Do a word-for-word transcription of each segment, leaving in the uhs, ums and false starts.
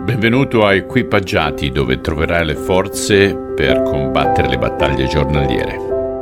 Benvenuto a Equipaggiati, dove troverai le forze per combattere le battaglie giornaliere.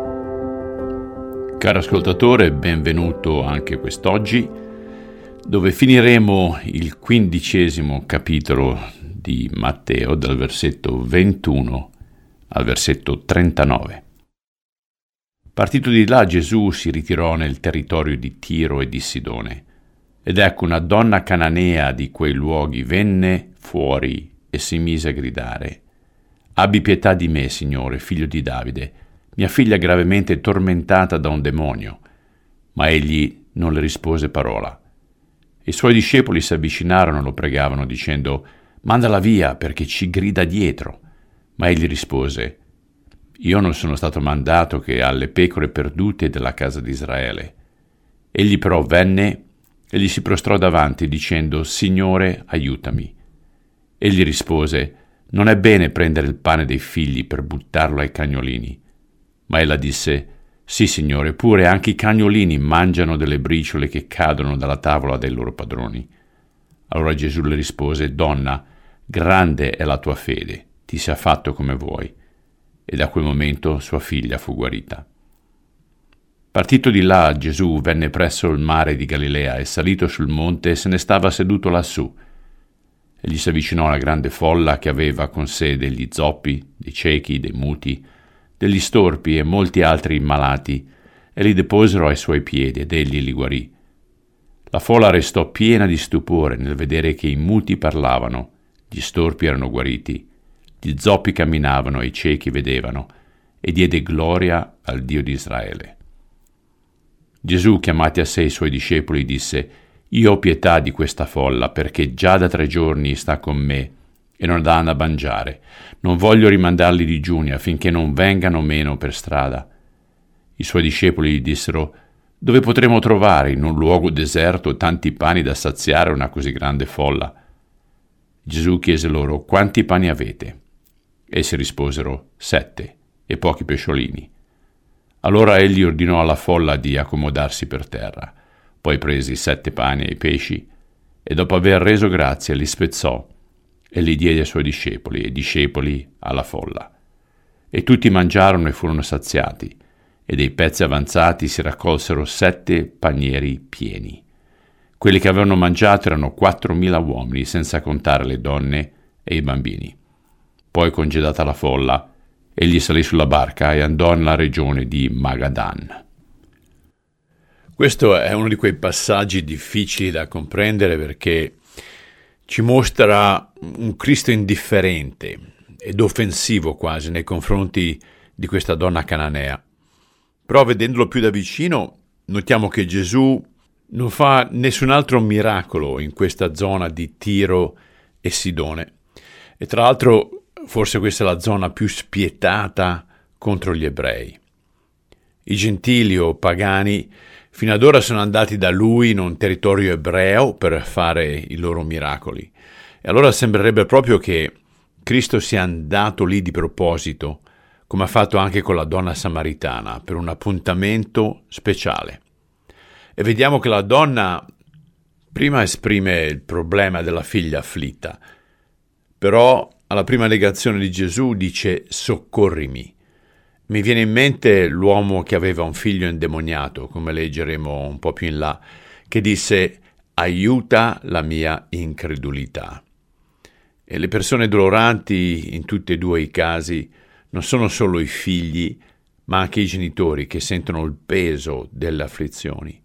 Caro ascoltatore, benvenuto anche quest'oggi, dove finiremo il quindicesimo capitolo di Matteo, dal versetto ventuno al versetto trentanove. Partito di là, Gesù si ritirò nel territorio di Tiro e di Sidone, ed ecco una donna cananea di quei luoghi venne fuori e si mise a gridare: «Abbi pietà di me, Signore, figlio di Davide, mia figlia è gravemente tormentata da un demonio». Ma egli non le rispose parola. I suoi discepoli si avvicinarono e lo pregavano, dicendo: «Mandala via, perché ci grida dietro». Ma egli rispose: «Io non sono stato mandato che alle pecore perdute della casa di Israele». Egli però venne e gli si prostrò davanti, dicendo: «Signore, aiutami». Egli rispose: «Non è bene prendere il pane dei figli per buttarlo ai cagnolini». Ma ella disse: «Sì, Signore, pure anche i cagnolini mangiano delle briciole che cadono dalla tavola dei loro padroni». Allora Gesù le rispose: «Donna, grande è la tua fede, ti sia fatto come vuoi». E da quel momento sua figlia fu guarita. Partito di là, Gesù venne presso il mare di Galilea e salito sul monte se ne stava seduto lassù. E gli si avvicinò una grande folla che aveva con sé degli zoppi, dei ciechi, dei muti, degli storpi e molti altri malati, e li deposero ai suoi piedi ed egli li guarì. La folla restò piena di stupore nel vedere che i muti parlavano, gli storpi erano guariti, gli zoppi camminavano e i ciechi vedevano, e diede gloria al Dio di Israele. Gesù, chiamati a sé i suoi discepoli, disse: «Io ho pietà di questa folla, perché già da tre giorni sta con me e non danno a mangiare. Non voglio rimandarli digiuni affinché non vengano meno per strada». I suoi discepoli gli dissero: «Dove potremo trovare in un luogo deserto tanti pani da saziare una così grande folla?» Gesù chiese loro: «Quanti pani avete?» Essi risposero: «Sette, e pochi pesciolini». Allora egli ordinò alla folla di accomodarsi per terra. Poi prese i sette pani e i pesci, e dopo aver reso grazie li spezzò e li diede ai suoi discepoli, e i discepoli alla folla. E tutti mangiarono e furono saziati, e dei pezzi avanzati si raccolsero sette panieri pieni. Quelli che avevano mangiato erano quattromila uomini, senza contare le donne e i bambini. Poi, congedata la folla, egli salì sulla barca e andò nella regione di Magadan. Questo è uno di quei passaggi difficili da comprendere, perché ci mostra un Cristo indifferente ed offensivo quasi nei confronti di questa donna cananea. Però vedendolo più da vicino notiamo che Gesù non fa nessun altro miracolo in questa zona di Tiro e Sidone. E tra l'altro forse questa è la zona più spietata contro gli ebrei. I gentili o pagani fino ad ora sono andati da lui in un territorio ebreo per fare i loro miracoli. E allora sembrerebbe proprio che Cristo sia andato lì di proposito, come ha fatto anche con la donna samaritana, per un appuntamento speciale. E vediamo che la donna prima esprime il problema della figlia afflitta, però alla prima negazione di Gesù dice: «Soccorrimi». Mi viene in mente l'uomo che aveva un figlio indemoniato, come leggeremo un po' più in là, che disse: «Aiuta la mia incredulità». E le persone doloranti in tutti e due i casi non sono solo i figli, ma anche i genitori che sentono il peso delle afflizioni.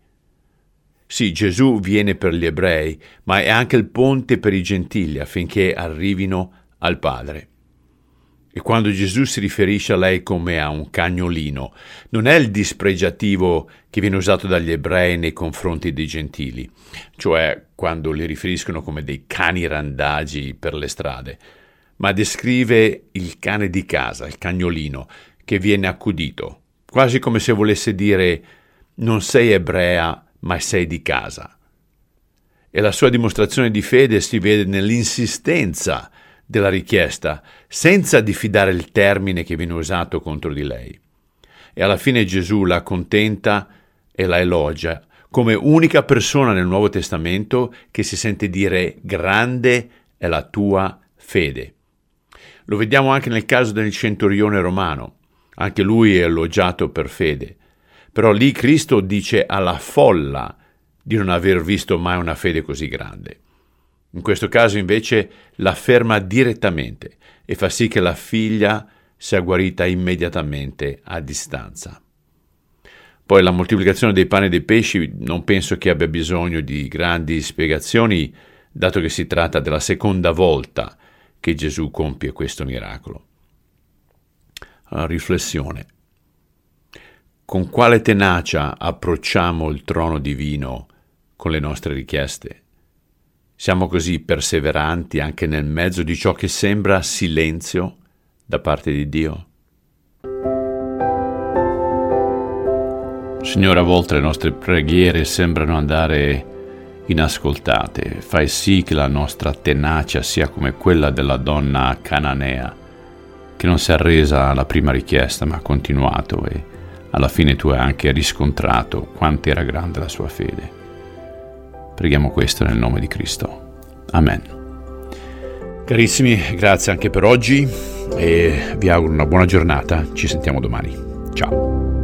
Sì, Gesù viene per gli ebrei, ma è anche il ponte per i gentili affinché arrivino al Padre. E quando Gesù si riferisce a lei come a un cagnolino, non è il dispregiativo che viene usato dagli ebrei nei confronti dei gentili, cioè quando li riferiscono come dei cani randagi per le strade, ma descrive il cane di casa, il cagnolino, che viene accudito, quasi come se volesse dire: non sei ebrea, ma sei di casa. E la sua dimostrazione di fede si vede nell'insistenza della richiesta, senza diffidare il termine che viene usato contro di lei. E alla fine Gesù la accontenta e la elogia come unica persona nel Nuovo Testamento che si sente dire: grande è la tua fede. Lo vediamo anche nel caso del centurione romano. Anche lui è elogiato per fede. Però lì Cristo dice alla folla di non aver visto mai una fede così grande. In questo caso invece l'afferma direttamente e fa sì che la figlia sia guarita immediatamente a distanza. Poi la moltiplicazione dei pani e dei pesci non penso che abbia bisogno di grandi spiegazioni, dato che si tratta della seconda volta che Gesù compie questo miracolo. Una riflessione. Con quale tenacia approcciamo il trono divino con le nostre richieste? Siamo così perseveranti anche nel mezzo di ciò che sembra silenzio da parte di Dio? Signore, a volte le nostre preghiere sembrano andare inascoltate. Fai sì che la nostra tenacia sia come quella della donna cananea, che non si è arresa alla prima richiesta, ma ha continuato e alla fine tu hai anche riscontrato quanto era grande la sua fede. Preghiamo questo nel nome di Cristo. Amen. Carissimi, grazie anche per oggi e vi auguro una buona giornata. Ci sentiamo domani. Ciao.